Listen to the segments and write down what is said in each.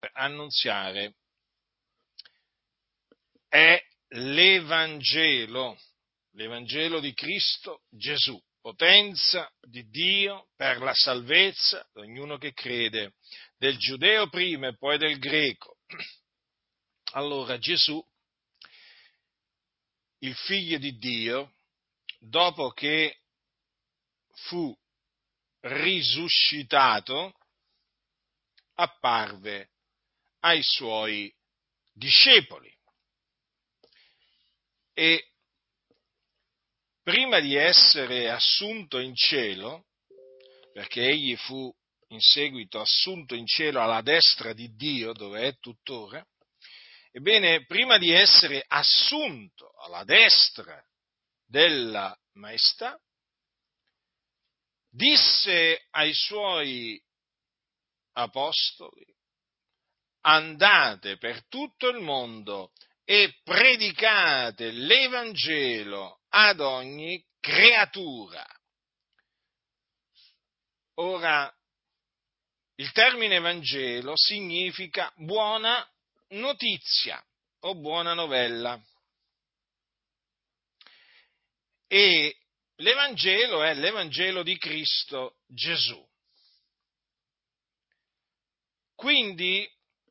annunziare è l'Evangelo di Cristo Gesù, potenza di Dio per la salvezza di ognuno che crede, del giudeo prima e poi del greco. Allora Gesù, il figlio di Dio, dopo che fu risuscitato, apparve ai suoi discepoli e prima di essere assunto in cielo, perché egli fu in seguito assunto in cielo alla destra di Dio, dove è tuttora, ebbene, prima di essere assunto alla destra della Maestà, disse ai suoi apostoli: andate per tutto il mondo e predicate l'Evangelo ad ogni creatura. Ora, il termine Vangelo significa buona notizia o buona novella. E l'Evangelo è l'Evangelo di Cristo Gesù. Quindi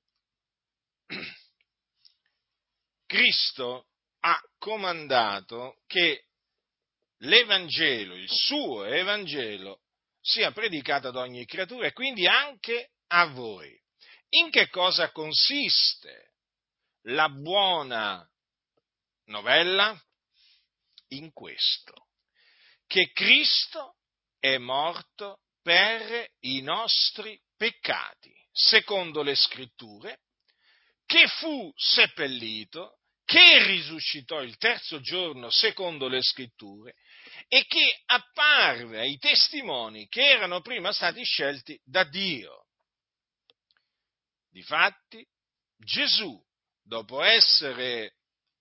Cristo ha comandato che l'Evangelo, il suo Evangelo, sia predicato ad ogni creatura e quindi anche a voi. In che cosa consiste la buona novella? In questo, che Cristo è morto per i nostri peccati, secondo le Scritture, che fu seppellito, che risuscitò il terzo giorno, secondo le Scritture, e che apparve ai testimoni che erano prima stati scelti da Dio. Difatti, Gesù, dopo essere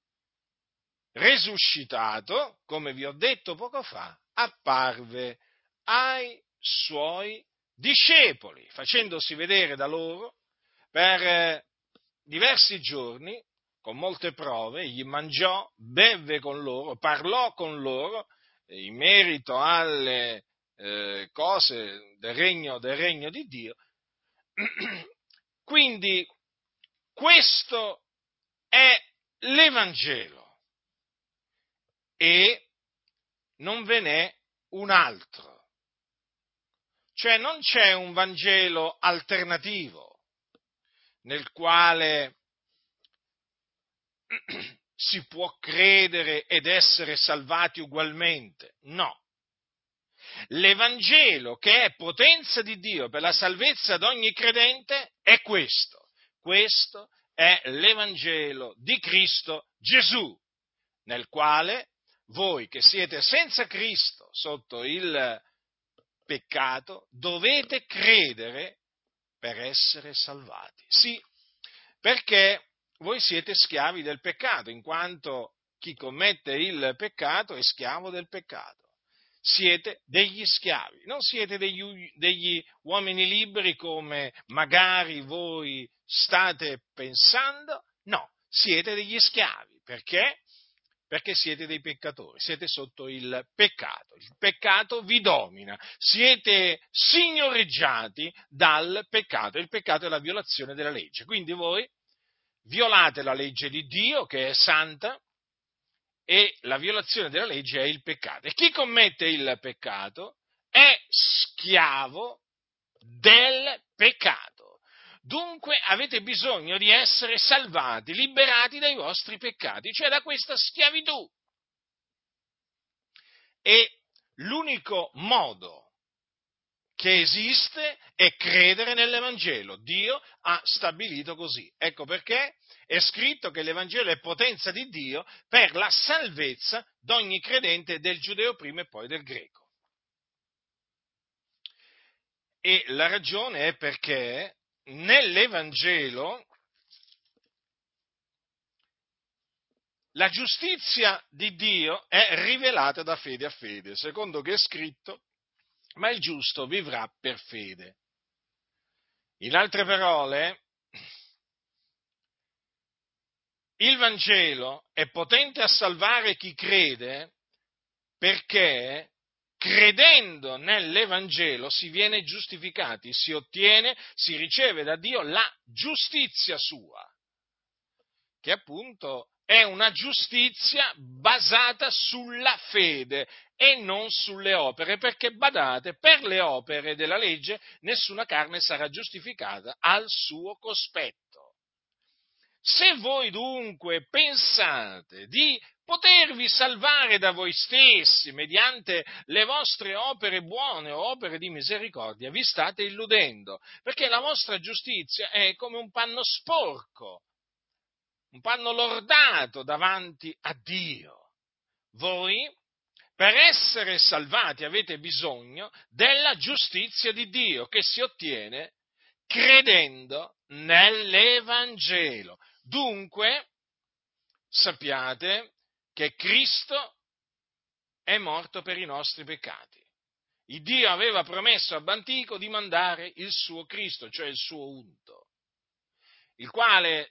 risuscitato, come vi ho detto poco fa, apparve ai suoi discepoli, facendosi vedere da loro per diversi giorni, con molte prove. Egli mangiò, bevve con loro, parlò con loro in merito alle cose del regno di Dio. Quindi questo è l'Evangelo e non ve n'è un altro. Cioè non c'è un Vangelo alternativo nel quale si può credere ed essere salvati ugualmente. No. L'Evangelo, che è potenza di Dio per la salvezza di ogni credente, è questo. Questo è l'Evangelo di Cristo Gesù, nel quale voi che siete senza Cristo, sotto il peccato, dovete credere per essere salvati. Sì, perché voi siete schiavi del peccato, in quanto chi commette il peccato è schiavo del peccato. Siete degli schiavi, non siete degli uomini liberi come magari voi state pensando, no, siete degli schiavi. Perché? Perché siete dei peccatori, siete sotto il peccato vi domina, siete signoreggiati dal peccato, il peccato è la violazione della legge, quindi voi violate la legge di Dio che è santa e la violazione della legge è il peccato. E chi commette il peccato è schiavo del peccato. Dunque avete bisogno di essere salvati, liberati dai vostri peccati, cioè da questa schiavitù. E l'unico modo che esiste è credere nell'Evangelo. Dio ha stabilito così. Ecco perché è scritto che l'Evangelo è potenza di Dio per la salvezza d'ogni credente, del giudeo prima e poi del greco. E la ragione è perché nell'Evangelo la giustizia di Dio è rivelata da fede a fede, secondo che è scritto: ma il giusto vivrà per fede. In altre parole, il Vangelo è potente a salvare chi crede perché credendo nell'Evangelo si viene giustificati, si ottiene, si riceve da Dio la giustizia sua, che appunto è una giustizia basata sulla fede e non sulle opere, perché badate, per le opere della legge nessuna carne sarà giustificata al suo cospetto. Se voi dunque pensate di potervi salvare da voi stessi mediante le vostre opere buone o opere di misericordia, vi state illudendo, perché la vostra giustizia è come un panno sporco, un panno lordato davanti a Dio. Voi, per essere salvati, avete bisogno della giustizia di Dio che si ottiene credendo nell'Evangelo. Dunque, sappiate che Cristo è morto per i nostri peccati. Il Dio aveva promesso ab antico di mandare il suo Cristo, cioè il suo unto, il quale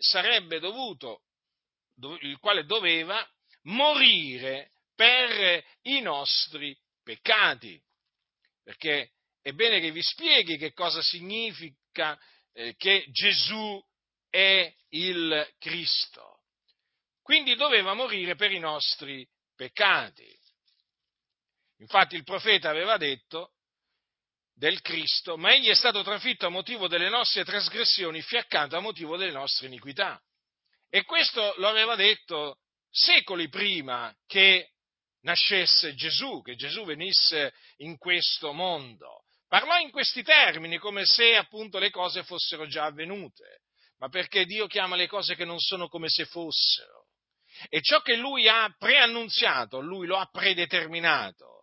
doveva morire per i nostri peccati. Perché è bene che vi spieghi che cosa significa che Gesù è il Cristo. Quindi doveva morire per i nostri peccati. Infatti il profeta aveva detto del Cristo, ma egli è stato trafitto a motivo delle nostre trasgressioni, fiaccato a motivo delle nostre iniquità. E questo lo aveva detto secoli prima che nascesse Gesù, che Gesù venisse in questo mondo. Parlò in questi termini come se appunto le cose fossero già avvenute, ma perché Dio chiama le cose che non sono come se fossero. E ciò che Lui ha preannunziato, Lui lo ha predeterminato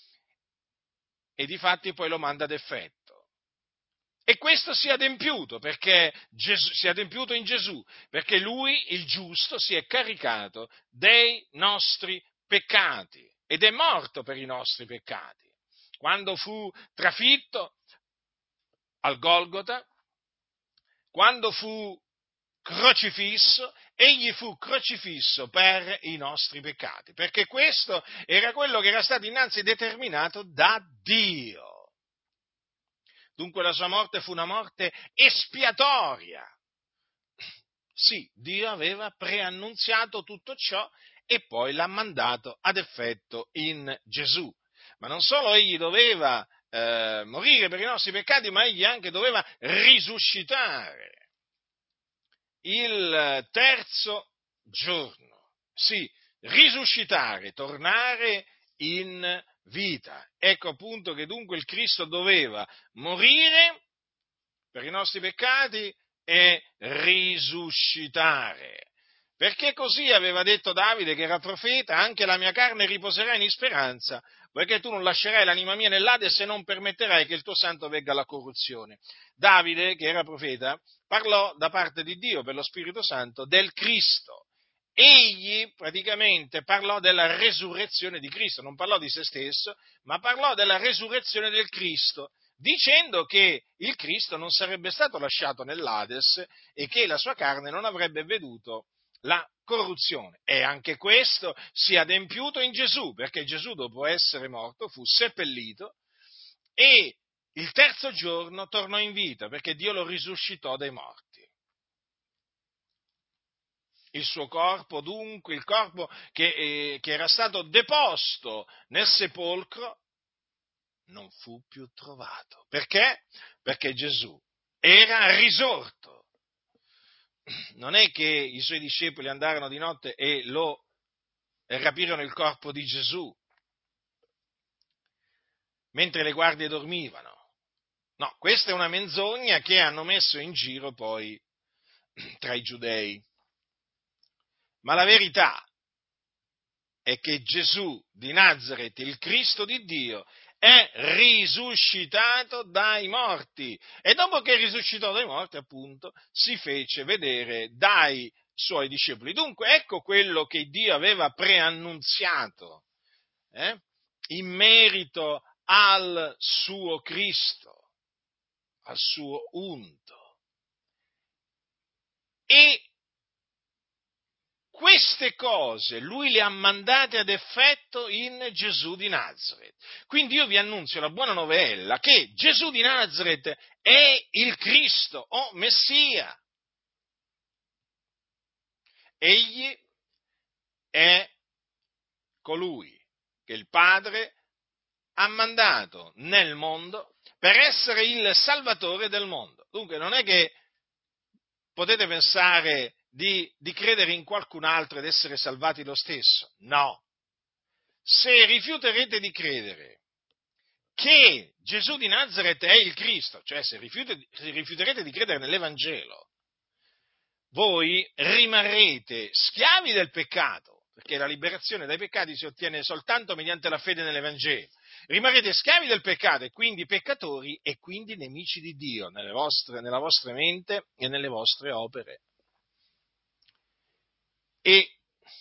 e difatti poi lo manda ad effetto. E questo si è adempiuto, si è adempiuto in Gesù, perché Lui, il giusto, si è caricato dei nostri peccati ed è morto per i nostri peccati. Quando fu trafitto al Golgota, quando fu crocifisso, egli fu crocifisso per i nostri peccati, perché questo era quello che era stato innanzi determinato da Dio. Dunque la sua morte fu una morte espiatoria. Sì, Dio aveva preannunziato tutto ciò e poi l'ha mandato ad effetto in Gesù. Ma non solo egli doveva morire per i nostri peccati, ma egli anche doveva risuscitare il terzo giorno. Sì, risuscitare, tornare in vita. Ecco appunto che dunque il Cristo doveva morire per i nostri peccati e risuscitare. Perché così aveva detto Davide, che era profeta, anche la mia carne riposerà in speranza, poiché tu non lascerai l'anima mia nell'Ades e non permetterai che il tuo santo vegga alla corruzione. Davide, che era profeta, parlò da parte di Dio per lo Spirito Santo del Cristo. Egli praticamente parlò della resurrezione di Cristo, non parlò di se stesso, ma parlò della resurrezione del Cristo, dicendo che il Cristo non sarebbe stato lasciato nell'Ades e che la sua carne non avrebbe veduto la corruzione. E anche questo si è adempiuto in Gesù, perché Gesù dopo essere morto fu seppellito e il terzo giorno tornò in vita, perché Dio lo risuscitò dai morti. Il suo corpo, dunque, il corpo che era stato deposto nel sepolcro, non fu più trovato. Perché? Perché Gesù era risorto. Non è che i suoi discepoli andarono di notte e rapirono il corpo di Gesù mentre le guardie dormivano. No, questa è una menzogna che hanno messo in giro poi tra i giudei. Ma la verità è che Gesù di Nazaret, il Cristo di Dio, è risuscitato dai morti e dopo che risuscitò dai morti, appunto, si fece vedere dai suoi discepoli. Dunque, ecco quello che Dio aveva preannunziato in merito al suo Cristo, al suo unto. E queste cose lui le ha mandate ad effetto in Gesù di Nazaret. Quindi io vi annunzio la buona novella che Gesù di Nazaret è il Cristo o Messia. Egli è colui che il Padre ha mandato nel mondo per essere il Salvatore del mondo. Dunque non è che potete pensare di credere in qualcun altro ed essere salvati lo stesso. No. Se rifiuterete di credere che Gesù di Nazaret è il Cristo, cioè se rifiuterete di credere nell'Evangelo, voi rimarrete schiavi del peccato, perché la liberazione dai peccati si ottiene soltanto mediante la fede nell'Evangelo. Rimarrete schiavi del peccato e quindi peccatori e quindi nemici di Dio nella vostra mente e nelle vostre opere. E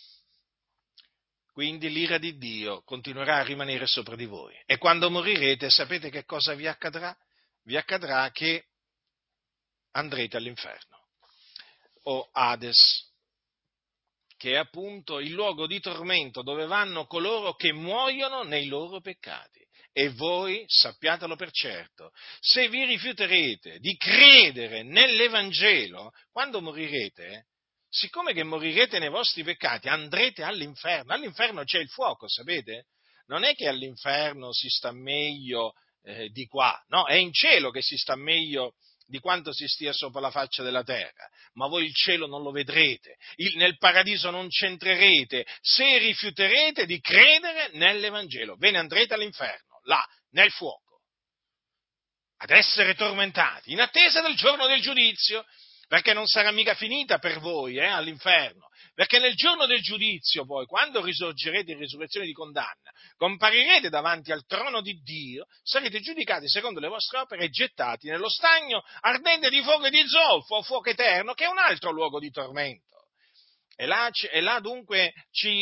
quindi l'ira di Dio continuerà a rimanere sopra di voi. E quando morirete, sapete che cosa vi accadrà? Vi accadrà che andrete all'inferno o Hades, che è appunto il luogo di tormento dove vanno coloro che muoiono nei loro peccati. E voi, sappiatelo per certo, se vi rifiuterete di credere nell'Evangelo, quando morirete, siccome che morirete nei vostri peccati, andrete all'inferno. All'inferno c'è il fuoco, sapete? Non è che all'inferno si sta meglio di qua, no, è in cielo che si sta meglio di quanto si stia sopra la faccia della terra, ma voi il cielo non lo vedrete, nel paradiso non c'entrerete, se rifiuterete di credere nell'Evangelo, ve ne andrete all'inferno, là, nel fuoco, ad essere tormentati, in attesa del giorno del giudizio, perché non sarà mica finita per voi all'inferno, perché nel giorno del giudizio poi, quando risorgerete in risurrezione di condanna, comparirete davanti al trono di Dio, sarete giudicati secondo le vostre opere e gettati nello stagno ardente di fuoco e di zolfo, o fuoco eterno, che è un altro luogo di tormento. E là dunque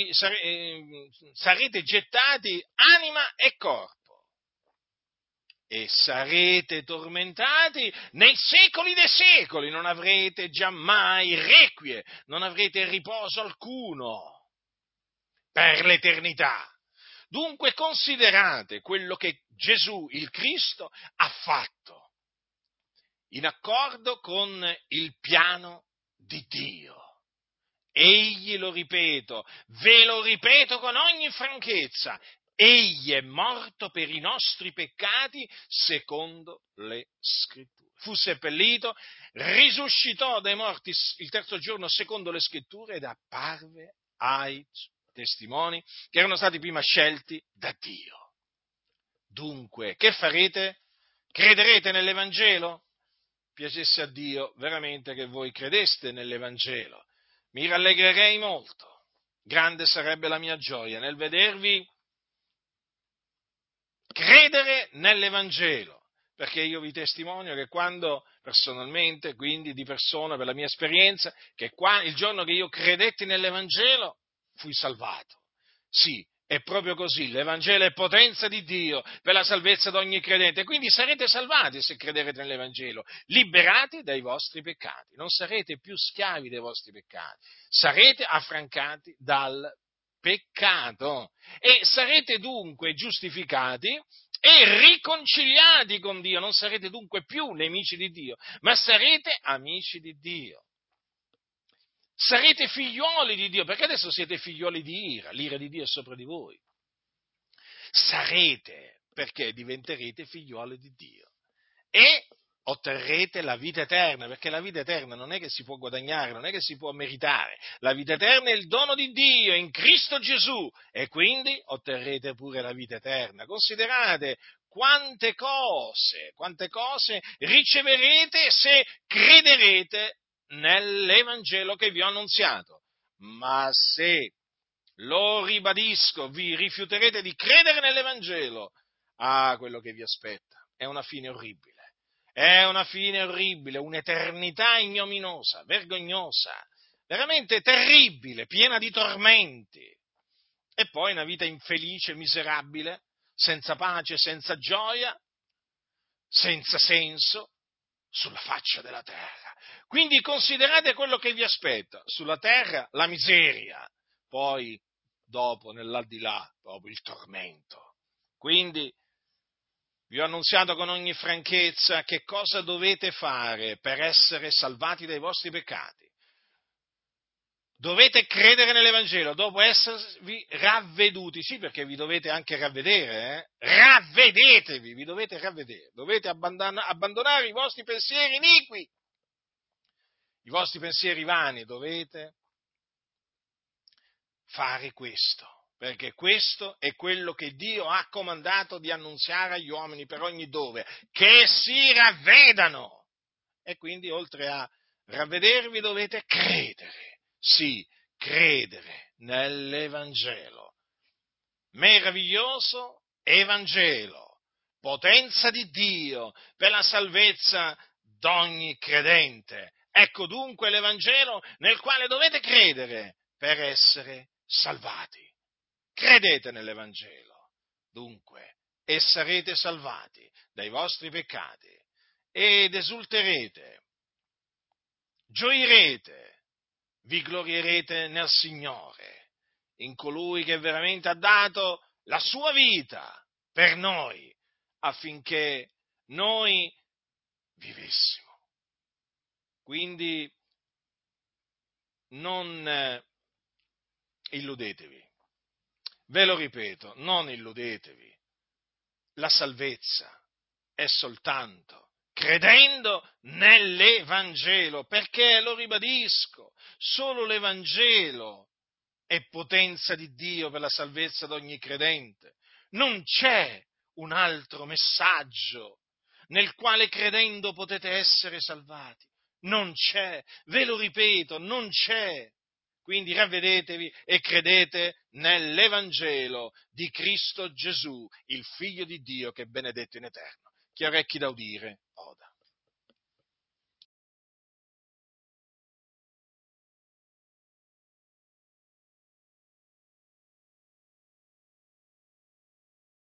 sarete gettati anima e corpo. E sarete tormentati nei secoli dei secoli, non avrete giammai requie, non avrete riposo alcuno per l'eternità. Dunque considerate quello che Gesù, il Cristo, ha fatto, in accordo con il piano di Dio. Egli, lo ripeto, ve lo ripeto con ogni franchezza, egli è morto per i nostri peccati secondo le Scritture. Fu seppellito, risuscitò dai morti il terzo giorno secondo le Scritture ed apparve ai testimoni che erano stati prima scelti da Dio. Dunque, che farete? Crederete nell'Evangelo? Piacesse a Dio veramente che voi credeste nell'Evangelo. Mi rallegrerei molto. Grande sarebbe la mia gioia nel vedervi credere nell'Evangelo, perché io vi testimonio che quando personalmente, quindi di persona, per la mia esperienza, che il giorno che io credetti nell'Evangelo, fui salvato. Sì, è proprio così, l'Evangelo è potenza di Dio per la salvezza di ogni credente, quindi sarete salvati se crederete nell'Evangelo, liberati dai vostri peccati, non sarete più schiavi dei vostri peccati, sarete affrancati dal peccato e sarete dunque giustificati e riconciliati con Dio, non sarete dunque più nemici di Dio, ma sarete amici di Dio. Sarete figliuoli di Dio, perché adesso siete figliuoli di ira, l'ira di Dio è sopra di voi. Sarete, perché diventerete figliuoli di Dio e otterrete la vita eterna, perché la vita eterna non è che si può guadagnare, non è che si può meritare, la vita eterna è il dono di Dio in Cristo Gesù e quindi otterrete pure la vita eterna. Considerate quante cose riceverete se crederete nell'Evangelo che vi ho annunziato. Ma se, lo ribadisco, vi rifiuterete di credere nell'Evangelo, quello che vi aspetta è una fine orribile. È una fine orribile, un'eternità ignominosa, vergognosa, veramente terribile, piena di tormenti. E poi una vita infelice, miserabile, senza pace, senza gioia, senza senso, sulla faccia della terra. Quindi considerate quello che vi aspetta. Sulla terra la miseria, poi dopo nell'aldilà proprio il tormento. Quindi vi ho annunziato con ogni franchezza che cosa dovete fare per essere salvati dai vostri peccati. Dovete credere nell'Evangelo dopo esservi ravveduti, sì, perché vi dovete anche ravvedere, ravvedetevi, vi dovete ravvedere, dovete abbandonare i vostri pensieri iniqui, i vostri pensieri vani, dovete fare questo, perché questo è quello che Dio ha comandato di annunziare agli uomini per ogni dove, che si ravvedano. E quindi oltre a ravvedervi dovete credere, sì, credere nell'Evangelo. Meraviglioso Evangelo, potenza di Dio per la salvezza d'ogni credente. Ecco dunque l'Evangelo nel quale dovete credere per essere salvati. Credete nell'Evangelo, dunque, e sarete salvati dai vostri peccati ed esulterete, gioirete, vi glorierete nel Signore, in colui che veramente ha dato la sua vita per noi, affinché noi vivessimo. Quindi non illudetevi, ve lo ripeto, non illudetevi. La salvezza è soltanto credendo nell'Evangelo, perché, lo ribadisco, solo l'Evangelo è potenza di Dio per la salvezza di ogni credente. Non c'è un altro messaggio nel quale credendo potete essere salvati. Non c'è, ve lo ripeto, non c'è. Quindi ravvedetevi e credete nell'Evangelo di Cristo Gesù, il Figlio di Dio che è benedetto in eterno. Chi ha orecchi da udire, oda.